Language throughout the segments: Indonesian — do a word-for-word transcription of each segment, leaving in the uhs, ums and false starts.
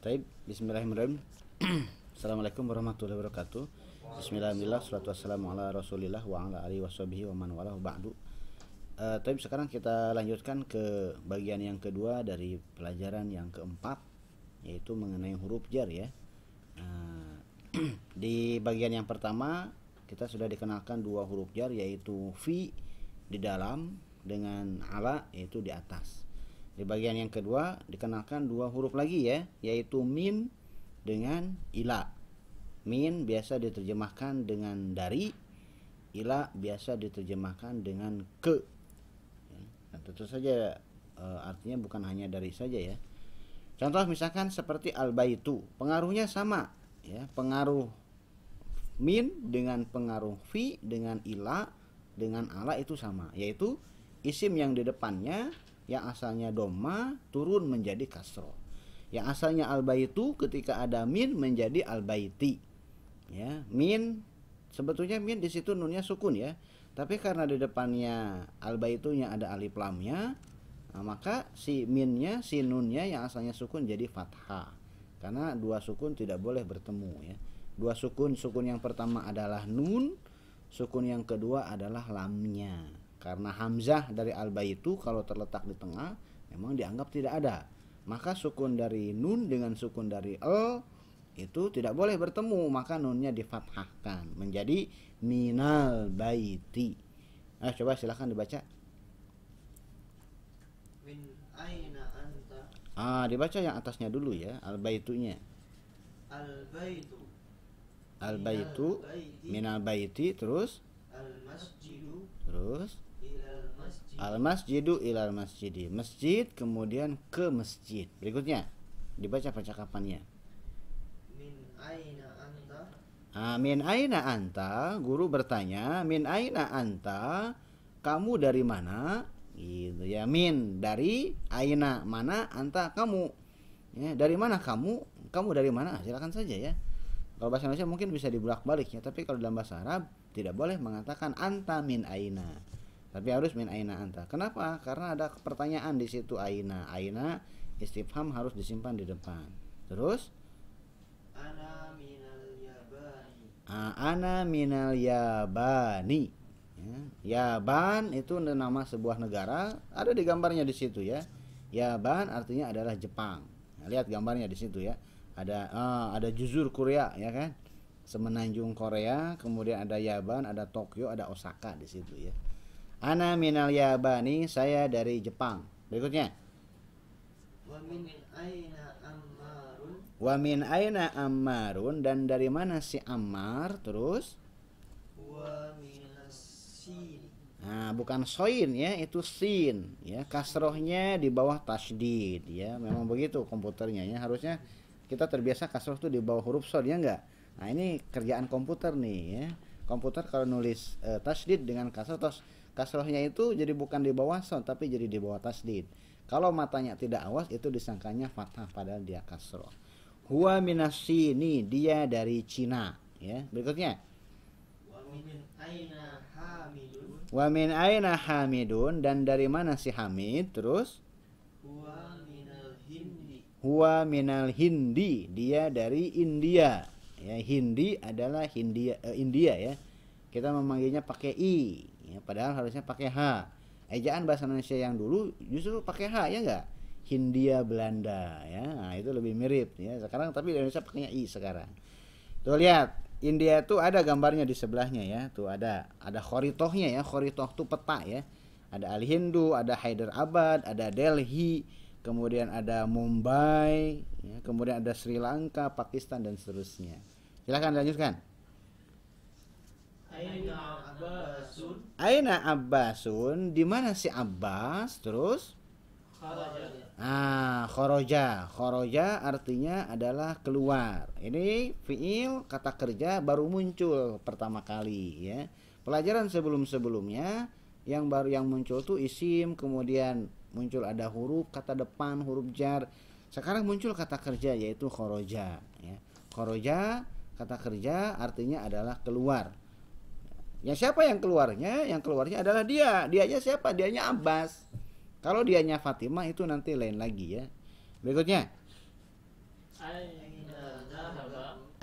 Taib, bismillahirrahmanirrahim. Assalamualaikum warahmatullahi wabarakatuh. Bismillahirrahmanirrahim. Salatu wassalamu ala rasulillah wa ala alihi washabihi wa man walahu ba'du. uh, Taib, sekarang kita lanjutkan ke bagian yang kedua dari pelajaran yang keempat, yaitu mengenai huruf jar ya. uh, Di bagian yang pertama kita sudah dikenalkan dua huruf jar, yaitu fi di dalam dengan ala yaitu di atas. Di bagian yang kedua dikenalkan dua huruf lagi ya, yaitu min dengan ila. Min biasa diterjemahkan dengan dari, ila biasa diterjemahkan dengan ke. Nah, tentu saja e, artinya bukan hanya dari saja ya. Contoh misalkan seperti al-baitu, pengaruhnya sama ya, pengaruh min dengan pengaruh fi dengan ila dengan ala itu sama, yaitu isim yang di depannya yang asalnya doma turun menjadi kasroh. Yang asalnya al-baitu ketika ada min menjadi al-baiti. Ya, min sebetulnya min di situ nunnya sukun ya. Tapi karena di depannya al-baitunya ada alif lamnya, nah maka si minnya, si nunnya yang asalnya sukun jadi fathah. Karena dua sukun tidak boleh bertemu ya. Dua sukun, sukun yang pertama adalah nun, sukun yang kedua adalah lamnya. Karena hamzah dari al-baitu kalau terletak di tengah memang dianggap tidak ada. Maka sukun dari nun dengan sukun dari al itu tidak boleh bertemu, maka nunnya difathahkan menjadi minal baiti. Nah, coba silahkan dibaca. Min aina anta. Ah, dibaca yang atasnya dulu ya, al-baitunya. Al-baitu. Al-baitu minal baiti, terus Al-masjidu. terus Ilal masjid. al-masjidu ilal masjidi, masjid kemudian ke masjid. Berikutnya dibaca percakapannya. Min aina anta. Ah, min aina anta, guru bertanya, min aina anta, kamu dari mana? Gitu ya, min dari aina, mana, anta kamu. Ya, dari mana kamu? Kamu dari mana? Silakan saja ya. Kalau bahasa Indonesia mungkin bisa dibolak-balik ya, tapi kalau dalam bahasa Arab tidak boleh mengatakan anta min aina. Tapi harus min aina anta. Kenapa? Karena ada pertanyaan di situ aina. Aina istifham harus disimpan di depan. Terus Ana minal yabani. ah, ana minal yabani. Ya, Yaban itu nama sebuah negara, ada di gambarnya di situ ya. Yaban artinya adalah Jepang. Nah, lihat gambarnya di situ ya. Ada ah, ada juzur Korea ya kan? Semenanjung Korea, kemudian ada Yaban, ada Tokyo, ada Osaka di situ ya. Ana minal yabani, saya dari Jepang. Berikutnya. Wa min aina ammarun. Wa min aina ammarun, dan dari mana si Ammar? Terus Wa minas sin. nah, bukan soin ya, itu sin ya. Kasrohnya di bawah tasdid ya. Memang begitu komputernya ya. Harusnya kita terbiasa kasroh tuh di bawah huruf sod ya enggak? Nah, ini kerjaan komputer nih ya. Komputer kalau nulis e, tasdid dengan kasroh, tos kasrohnya itu jadi bukan di bawah sod tapi jadi di bawah tasdid. Kalau matanya tidak awas itu disangkanya fathah padahal dia kasroh. Huwa minasini, dia dari Cina ya. Berikutnya. Wa min aina hamidun. Wa min aina hamidun, dan dari mana si Hamid? Terus Wa minal hindi. huwa minal hindi, dia dari India. Ya, Hindi adalah Hindia, eh, India ya. Kita memanggilnya pakai i, ya, padahal harusnya pakai h. Ejaan bahasa Indonesia yang dulu justru pakai h ya enggak? Hindia Belanda ya. Nah, itu lebih mirip ya. Sekarang tapi Indonesia pakainya i sekarang. Tuh lihat, India tuh ada gambarnya di sebelahnya ya. Tuh ada ada khoritohnya ya. Khoritoh tuh peta ya. Ada Al-Hindu, ada Hyderabad, ada Delhi, kemudian ada Mumbai ya, kemudian ada Sri Lanka, Pakistan dan seterusnya. Silakan lanjutkan. Aina abbasun. Aina Abbasun, di mana si Abbas? Terus Kharaja. ah, khoroja. Khoroja artinya adalah keluar. Ini fiil kata kerja baru muncul pertama kali ya. Pelajaran sebelum-sebelumnya yang baru yang muncul tuh isim, kemudian muncul ada huruf kata depan, huruf jar. Sekarang muncul kata kerja yaitu khoroja ya. Khoroja kata kerja artinya adalah keluar. Ya, siapa yang keluarnya? Yang keluarnya adalah dia. Dianya siapa? Dianya Abbas. Kalau dianya Fatimah itu nanti lain lagi ya. Berikutnya. Aina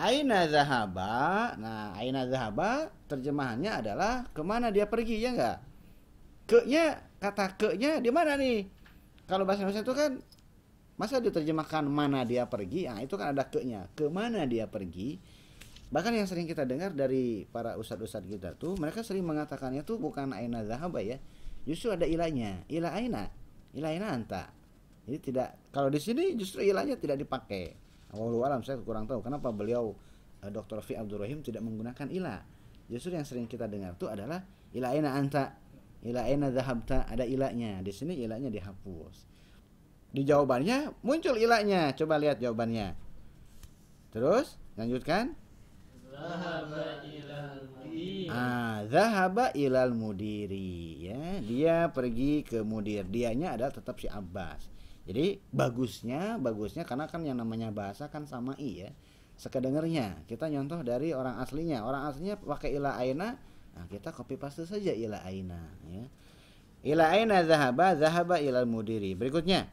Aina zahaba. Nah, aina zahaba terjemahannya adalah kemana dia pergi, ya enggak? Ke-nya, kata ke-nya di mana nih? Kalau bahasa Indonesia itu kan masa diterjemahkan mana dia pergi? Nah, itu kan ada ke-nya. Kemana dia pergi? Bahkan yang sering kita dengar dari para ustadz-ustadz kita tuh, mereka sering mengatakannya tuh bukan aina zahaba ya. Justru ada ilahnya. Ila aina. Ila aina anta. Jadi tidak, kalau di sini justru ilahnya tidak dipakai. Wallahu alam, saya kurang tahu kenapa beliau uh, doktor Fi Abdul Rahim tidak menggunakan ilah. Justru yang sering kita dengar itu adalah ila aina anta, ila aina dhahabta, ada ilahnya. Di sini ilahnya dihapus. Di jawabannya muncul ilahnya. Coba lihat jawabannya. Terus lanjutkan. Zahaba ilal mudir. Ah, zahaba ilal mudiri, ya. Dia pergi ke mudir. Dianya adalah tetap si Abbas. Jadi bagusnya, bagusnya karena kan yang namanya bahasa kan samai ya. Sekedengernya kita nyontoh dari orang aslinya. Orang aslinya pakai ila aina, nah kita copy paste saja ila aina ya. Ila aina zahaba, zahaba ilal mudiri. Berikutnya.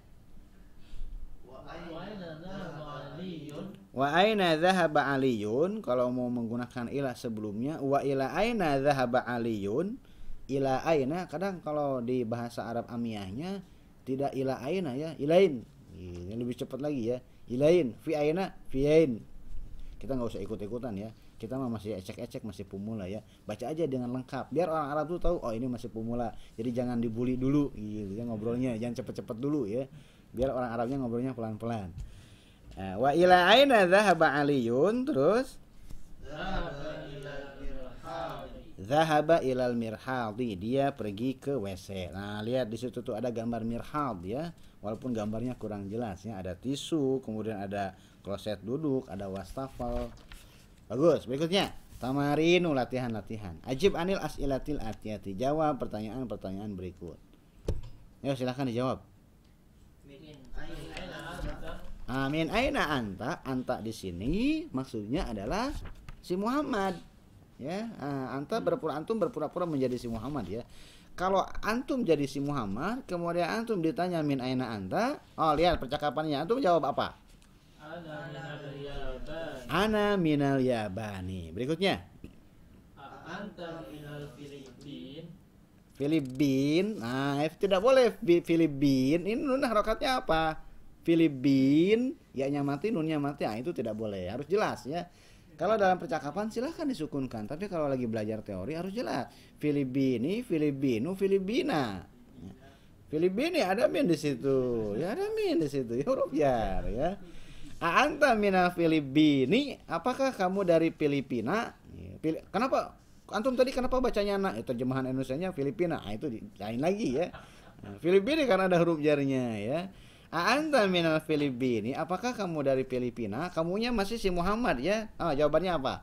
Wa aina dhahaba aliyun. Wa aina zahaba aliyun, kalau mau menggunakan ila sebelumnya, wa ila aina zahaba aliyun. Ila aina kadang kalau di bahasa Arab amiyahnya tidak ila aina ya, ilain. Ini lebih cepat lagi ya. Ilain, fi aina, fi ain. Kita nggak usah ikut-ikutan ya. Kita mah masih ecek-ecek, masih pemula ya. Baca aja dengan lengkap. Biar orang Arab tuh tahu oh ini masih pemula. Jadi jangan dibully dulu gitu ya ngobrolnya, jangan cepet-cepet dulu ya. Biar orang Arabnya ngobrolnya pelan-pelan. Nah, wa ila aina dhahaba aliyun, terus Zahaba ilal mirhadi. zahaba ilal mirhadi, dia pergi ke W C. Nah, lihat di situ tuh ada gambar mirhad ya. Walaupun gambarnya kurang jelas ya, ada tisu, kemudian ada kloset duduk, ada wastafel. Bagus. Berikutnya, tamarinu, latihan-latihan. Ajib anil as'ilatil atiyati, jawab pertanyaan-pertanyaan berikut. Ayo silakan dijawab. Min aina anta. Amin aina anta, anta di sini maksudnya adalah si Muhammad. Ya, ah, anta berpura antum berpura-pura menjadi si Muhammad ya. Kalau antum jadi si Muhammad, kemudian antum ditanya min aina anta, oh lihat percakapannya, antum jawab apa? Ana minal yaban. Ana minal yabani. Berikutnya, Anta minal Filipin. Filipin. Nah, F tidak boleh Fi- Filipin. Ini nun harokatnya apa? Filipin, ya-nya mati, nunnya mati. Nah, itu tidak boleh. Harus jelas ya. Kalau dalam percakapan silahkan disukunkan, tapi kalau lagi belajar teori harus jelas. Filipini, Filipinu, Filipina. Filipini ada min di situ. Ya ada min di situ. Ya huruf jar ya. Anta minal Filipini, apakah kamu dari Filipina? Fili- Kenapa antum tadi kenapa bacanya nak? Ya, terjemahan Indonesianya Filipina. Ah, itu di- lain lagi ya. Nah, Filipini karena ada huruf jarnya ya. Anta minal Filipini, apakah kamu dari Filipina? Kamunya masih si Muhammad ya. Ah, jawabannya apa?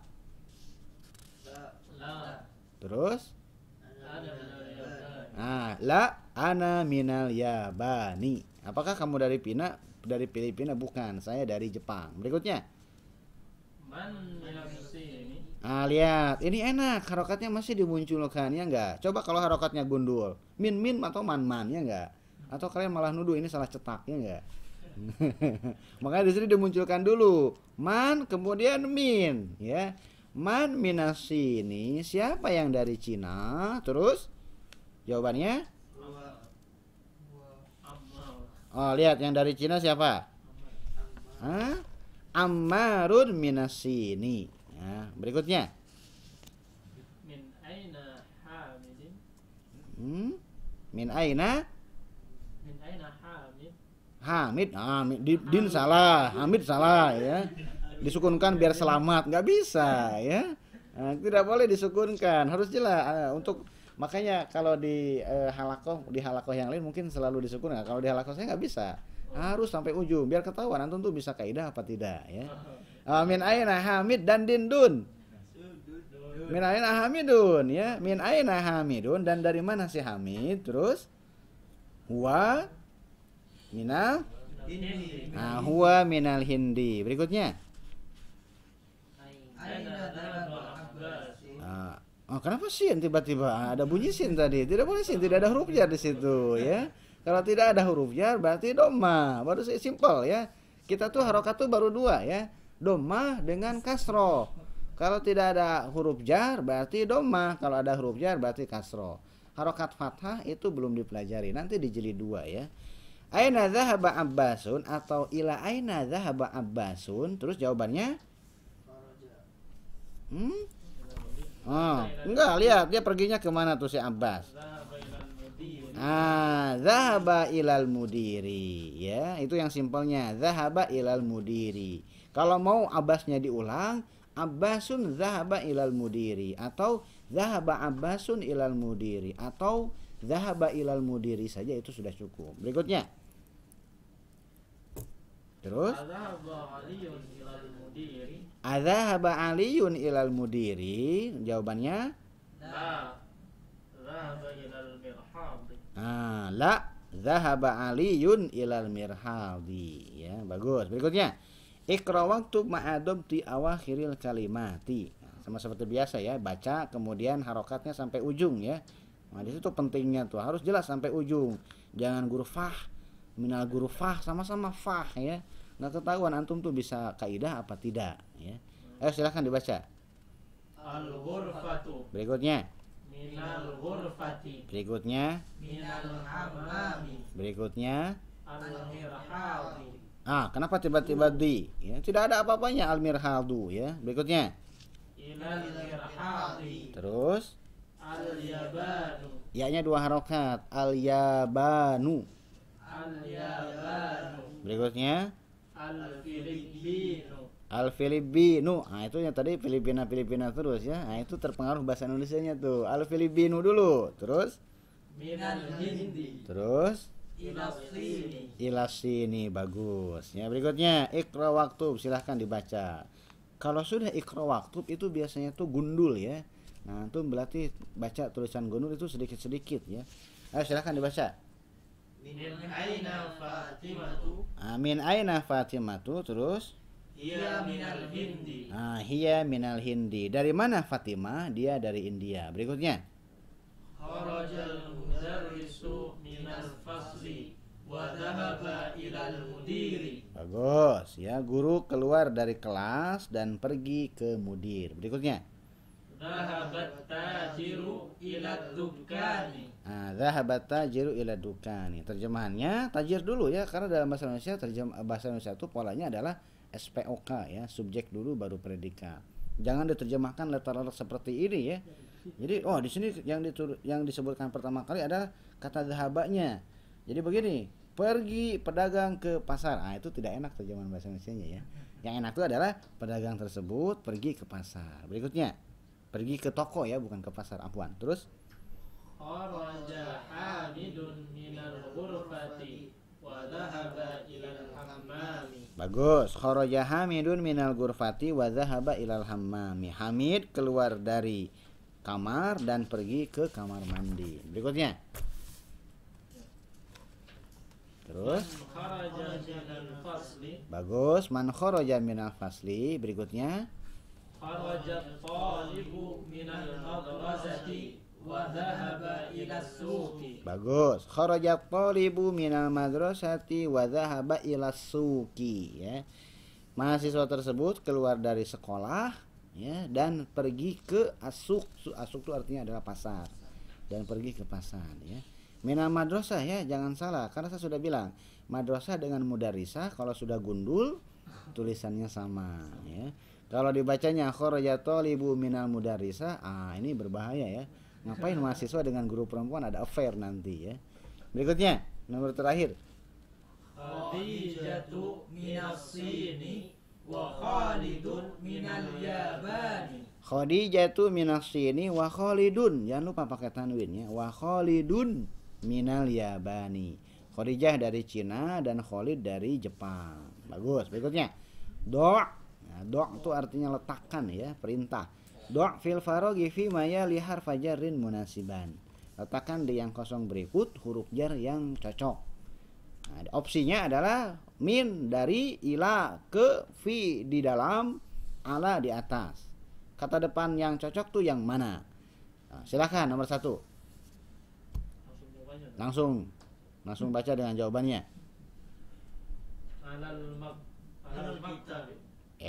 La. Terus? Ana minal yaban. Ah, la ana minal yabani. Apakah kamu dari Pina? Dari Filipina? Bukan, saya dari Jepang. Berikutnya. Man minal sini. Ah, lihat, ini enak, harokatnya masih dimunculkan ya enggak? Coba kalau harokatnya gundul, min min atau man man ya enggak? Atau kalian malah nuduh ini salah cetak ya enggak? Makanya di sini dimunculkan dulu man kemudian min ya. Man minas sini, siapa yang dari Cina? Terus jawabannya? Wa wa amal. Oh, lihat yang dari Cina siapa? Hah? Ammarun minas sini. Ya, berikutnya. Min aina hamidin. Hmm? Min aina? Min aina hamid. Hamid, ah, mi- di- din salah, Hamid salah ya. Disukunkan biar selamat, nggak bisa ya. Nah, tidak boleh disukunkan, harus jelas. Ah, untuk makanya kalau di eh, halakoh di halakoh yang lain mungkin selalu disukunkan. Kalau di halakoh saya nggak bisa, harus sampai ujung biar ketahuan antum tuh bisa kaidah apa tidak ya. Ah, min aina Hamid dan dindun. Min aina Hamidun ya. Min aina Hamidun, dan dari mana si Hamid? Terus huwa minal, Hindi. nah huwa minal Hindi. Berikutnya. Aina dhahaba Abbas. Ah, oh, kenapa sin tiba-tiba Ah, ada bunyi sin tadi? Tidak boleh sin, tidak ada huruf jar di situ ya. Kalau tidak ada huruf jar berarti doma. Baru simpel ya. Kita tuh harokat tuh baru dua ya. Dhammah dengan kasroh. Kalau tidak ada huruf jar berarti dhammah, kalau ada huruf jar berarti kasroh. Harokat fathah itu belum dipelajari, nanti di jilid dua ya. Aina dzahaba Abbasun atau ila aina dzahaba Abbasun, terus jawabannya hmm? Oh, enggak, lihat dia perginya kemana tuh si Abbas. Zahaba ilal mudiri. Ah, zahaba ilal mudiri, ya, itu yang simpelnya, zahaba ilal mudiri. Kalau mau Abbasnya diulang, Abbasun zahaba ilal mudiri, atau zahaba Abbasun ilal mudiri, atau zahaba ilal mudiri saja itu sudah cukup. Berikutnya. Terus, Zahaba aliyun ilal mudiri. adzahaba aliyun ilal mudiri, jawabannya La. Zahaba ilal mirhadi. ah, la zahaba aliyun ilal mirhadi, ya, bagus. Berikutnya, Iqra waktu ma'adobti awakhiril kalimati. Nah, sama seperti biasa ya, baca kemudian harokatnya sampai ujung ya. Nah, di situ pentingnya tuh harus jelas sampai ujung. Jangan guru fah, minal guru fah, sama-sama fah ya. Nggak ketahuan antum tuh bisa kaidah apa tidak ya. Ayo silahkan dibaca. Al-ghurfatu Berikutnya. minal ghurfati. Berikutnya. Minal hammami. Berikutnya. Al-mirhadi. Ah, kenapa tiba-tiba di? Ya, tidak ada apa-apanya al-mirhadu ya. Berikutnya. Ilal mirhadi. Terus Al-yabanu. ya-nya dua harokat, al-yabanu. Al-yabanu. Berikutnya Al-filipinu. al-filipinu. Nah, itu yang tadi Filipina Filipina terus ya. Nah, itu terpengaruh bahasa Indonesianya tuh. Al-filipinu dulu. Terus Minal hindi. terus Ilas sini. ilas sini, bagus. Ya, berikutnya Iqra waktub, silahkan dibaca. Kalau sudah Iqra waktub itu biasanya tuh gundul ya. Nah, itu berarti baca tulisan gundul itu sedikit-sedikit ya. Ayo silahkan dibaca. Min aina Fatimatu. Amin aina Fatimatu, terus Hiya minal hindi. ah, hiya minal hindi. Dari mana Fatimah? Dia dari India. Berikutnya. Kharajal mudarrisu minal fasli wa dhahaba ilal mudiri. Bagus ya, guru keluar dari kelas dan pergi ke mudir. Berikutnya. Dhahabat tajiru ilad dukkani. Ah, dhahabat tajiru ila dukani. Terjemahannya tajir dulu ya, karena dalam bahasa Indonesia terjem bahasa Indonesia itu polanya adalah S P O K ya, subjek dulu baru predikat. Jangan diterjemahkan letter-letter seperti ini ya. Jadi oh di sini yang ditur yang disebutkan pertama kali adalah kata dhahabanya. Jadi begini, pergi pedagang ke pasar. Ah, itu tidak enak terjemahan bahasa Indonesianya ya. Yang enak itu adalah pedagang tersebut pergi ke pasar. Berikutnya, pergi ke toko ya, bukan ke pasar, afwan. Terus Kharaja hamidun minal ghurfati wa dhahaba ilal hammami. bagus. Kharaja Hamidun minal ghurfati wa dhahaba ilal hammami. Hamid keluar dari kamar dan pergi ke kamar mandi. Berikutnya. Terus Kharaja minal fasli. bagus. Man kharaja minal fasli. Berikutnya. Kharaja talibu minal madrasati wa dhahaba ilas suqi. Bagus. Kharaja thalibu minal madrasati wa dhahaba ilas suqi ya. Mahasiswa tersebut keluar dari sekolah ya dan pergi ke asuk. Asuk itu artinya adalah pasar dan pergi ke pasar ya. Minal madrasah ya, jangan salah karena saya sudah bilang madrasah dengan mudarisah kalau sudah gundul tulisannya sama ya. Kalau dibacanya kharaja thalibu minal mudarisah, ah ini berbahaya ya. Ngapain mahasiswa dengan guru perempuan ada affair nanti ya. Berikutnya, nomor terakhir. Khadijatu minas sini wa Khalidun minal yabani. Khadijatu minas sini wa Khalidun. Jangan lupa pakai tanwin ya. Wa Khalidun minal yabani. Khadijah dari Cina dan Khalid dari Jepang. Bagus. Berikutnya. Do'. Nah, do' itu artinya letakkan ya, perintah. Do' fil faraghi fi ma yali harfa jarrin munasiban. Letakkan di yang kosong berikut huruf jar yang cocok. Nah, opsinya adalah min dari ila ke fi di dalam ala di atas. Kata depan yang cocok tuh yang mana? Nah, silakan nomor satu. Langsung jawabannya. Langsung, langsung baca dengan jawabannya. Alal mak alal maktab. Eh,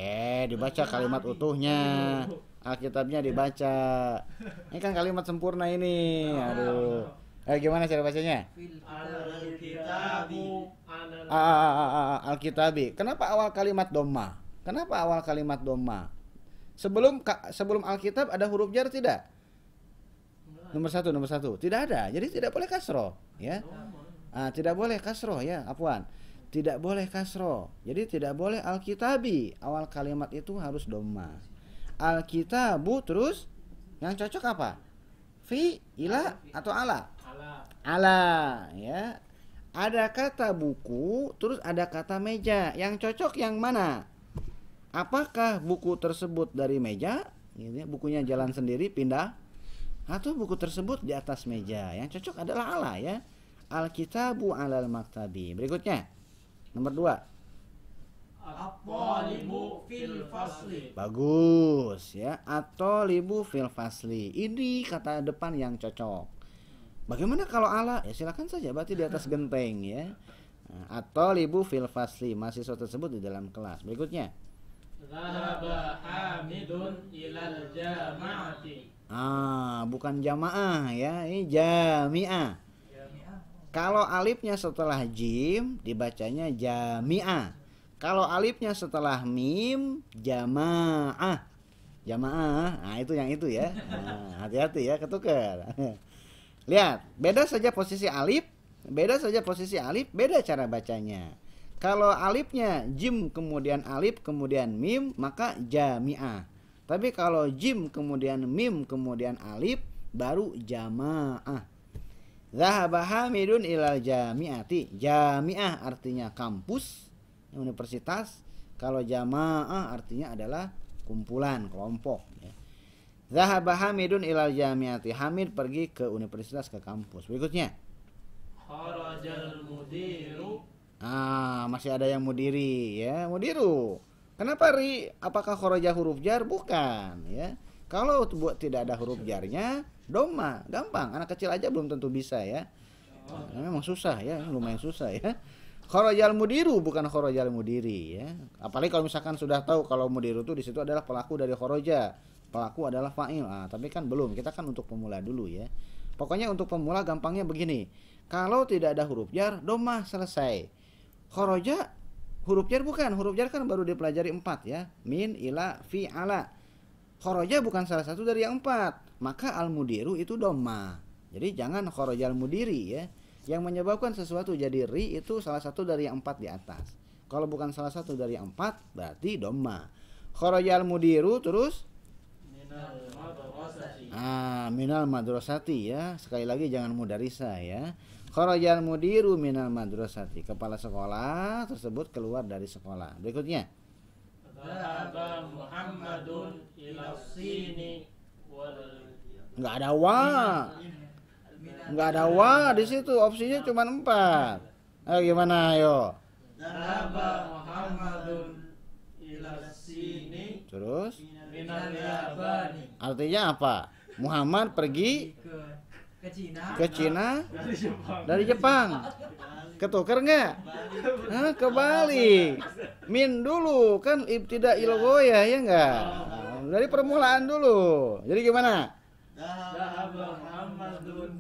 dibaca kalimat utuhnya. Alkitabnya dibaca. Ini kan kalimat sempurna ini. Aduh. Eh gimana cara bacanya? Al-kitabu anal Ah, ah, ah, ah, ah, Alkitabi. Kenapa awal kalimat dhamma? Kenapa awal kalimat dhamma? Sebelum ka- sebelum Alkitab ada huruf jar tidak? Nomor satu, nomor satu. Tidak ada. Jadi tidak boleh kasroh, ya. Ah, tidak boleh kasroh, ya. Afwan. Tidak boleh kasroh. Jadi tidak boleh Alkitabi. Awal kalimat itu harus dhamma. Alkitabu terus yang cocok apa? Fi, ila atau ala? ala Ala, ya. Ada kata buku, terus ada kata meja. Yang cocok yang mana? Apakah buku tersebut dari meja, gitu ya, bukunya jalan sendiri pindah, atau buku tersebut di atas meja? Yang cocok adalah ala, ya. Alkitabu alal maktabi. Berikutnya, nomor dua. at-talibu fil fasli. Bagus, ya. Atau libu fil fasli. Ini kata depan yang cocok. Bagaimana kalau ala? Ya silakan saja, berarti di atas genteng, ya. Nah, atau libu fil fasli, mahasiswa tersebut di dalam kelas. Berikutnya. Dhahaba Hamidun ilal jama'ati. Ah, bukan jamaah, ya. Ini jami'ah. Kalau alifnya setelah jim dibacanya jami'ah. Kalau alifnya setelah mim jamaah. Jamaah. Nah, itu yang itu ya. Nah, hati-hati ya, ketukar. Lihat, beda saja posisi alif, beda saja posisi alif, beda cara bacanya. Kalau alifnya jim kemudian alif kemudian mim maka jami'ah. Tapi kalau jim kemudian mim kemudian alif baru jamaah. Zahaba Hamidun ilal jami'ati. Jami'ah artinya kampus, universitas. Kalau jamaah artinya adalah kumpulan, kelompok, ya. Zahaba Hamidun ilal jami'ati. Hamid pergi ke universitas, ke kampus. Berikutnya. Kharajal mudiru. Ah, masih ada yang mudiri, ya. Mudiru. Kenapa ri? Apakah kharaja huruf jar? Bukan, ya. Kalau buat tidak ada huruf jarnya, doma, gampang. Anak kecil aja belum tentu bisa, ya. Nah, memang susah, ya, lumayan susah, ya. Kharajal mudiru bukan kharajal mudiri, ya. Apalagi kalau misalkan sudah tahu kalau mudiru itu di situ adalah pelaku dari kharaja. Pelaku adalah fa'il. Ah, tapi kan belum. Kita kan untuk pemula dulu, ya. Pokoknya untuk pemula gampangnya begini. Kalau tidak ada huruf jar, doma, selesai. Kharaja huruf jar bukan. Huruf jar kan baru dipelajari empat, ya. Min, ila, fi, ala. Kharaja bukan salah satu dari yang empat. Maka al-mudiru itu doma. Jadi jangan kharajal mudiri, ya. Yang menyebabkan sesuatu jadi ri itu salah satu dari yang empat di atas. Kalau bukan salah satu dari yang empat berarti doma. Kharajal mudiru terus Minal madrasati. ah minal madrasati, ya. Sekali lagi jangan mudarisa, ya. Kharajal mudiru minal madrasati. Kepala sekolah tersebut keluar dari sekolah. Berikutnya. Dhahaba Muhammadun ila sini wal Enggak ada wa. Enggak ada wa di situ. Opsinya cuma empat. Ayo gimana, ayo. Dhahaba Muhammadun ila sini Terus minal yabani. artinya apa? Muhammad pergi ke ke Cina. ke Cina Dari Jepang. dari Jepang. Ketuker nggak? Hah, kebalik. Min dulu kan ibtida ilgoya, ya enggak? Dari permulaan dulu. Jadi gimana? Dhahaba Muhammadun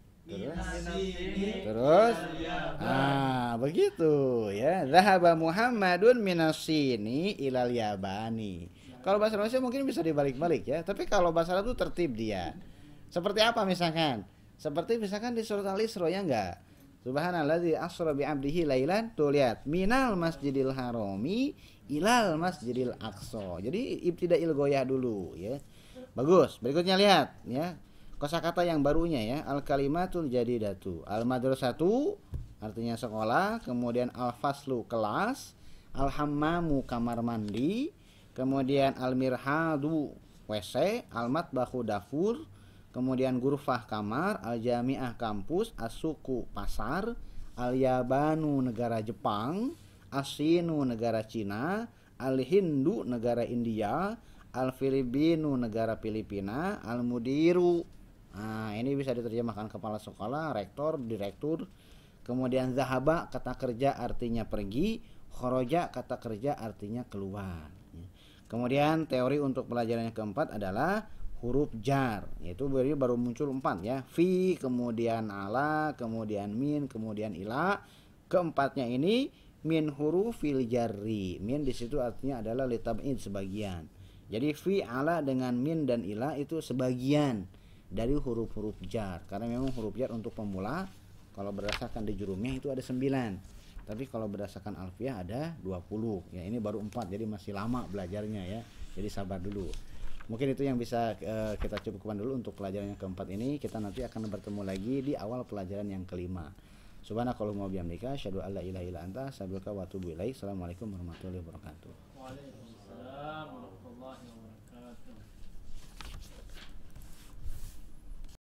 minasini Terus minal yabani. ah begitu, ya. Zahaba Muhammadun minasini ilal yabani. Kalau bahasa Indonesia mungkin bisa dibalik-balik, ya. Tapi kalau bahasa Arab itu tertib dia. Seperti apa misalkan? Seperti misalkan di surat Al-Isra, ya enggak? Subhanalladzi asra bi 'abdihi lailan. Tuh lihat, minal masjidil harami ilal masjidil aqsa. Jadi ibtidail goyah dulu, ya. Bagus. Berikutnya lihat, ya. Kosakata yang barunya, ya. Al kalimatul jadidatu. Al madrasatu artinya sekolah, kemudian al faslu kelas, al hammamu kamar mandi, kemudian al mirhadu W C, al matbahu dapur, kemudian gurfah kamar, al jami'ah kampus, as-suku pasar, al yabanu negara Jepang, asinu negara Cina, al hindu negara India, al filipinu negara Filipina, al mudiru. Nah, ini bisa diterjemahkan kepala sekolah, rektor, direktur. Kemudian zahaba kata kerja artinya pergi, kharaja kata kerja artinya keluar. Kemudian teori untuk pelajaran yang keempat adalah huruf jar, yaitu baru baru muncul empat ya, fi, kemudian ala, kemudian min, kemudian ila. Keempatnya ini min hurufil jarri. Min di situ artinya adalah litab'id, sebagian. Jadi fi, ala dengan min dan ila itu sebagian dari huruf-huruf jar. Karena memang huruf jar untuk pemula kalau berdasarkan di jurumnya itu ada sembilan. Tapi kalau berdasarkan alfiah ada dua puluh. Ya, ini baru empat, jadi masih lama belajarnya ya. Jadi sabar dulu. Mungkin itu yang bisa uh, kita cukupkan dulu untuk pelajaran yang keempat ini. Kita nanti akan bertemu lagi di awal pelajaran yang kelima. Subhanakallahumma wa bihamdika asyhadu an la ilaha illa anta astaghfiruka wa atubu ilaik. Assalamualaikum warahmatullahi wabarakatuh.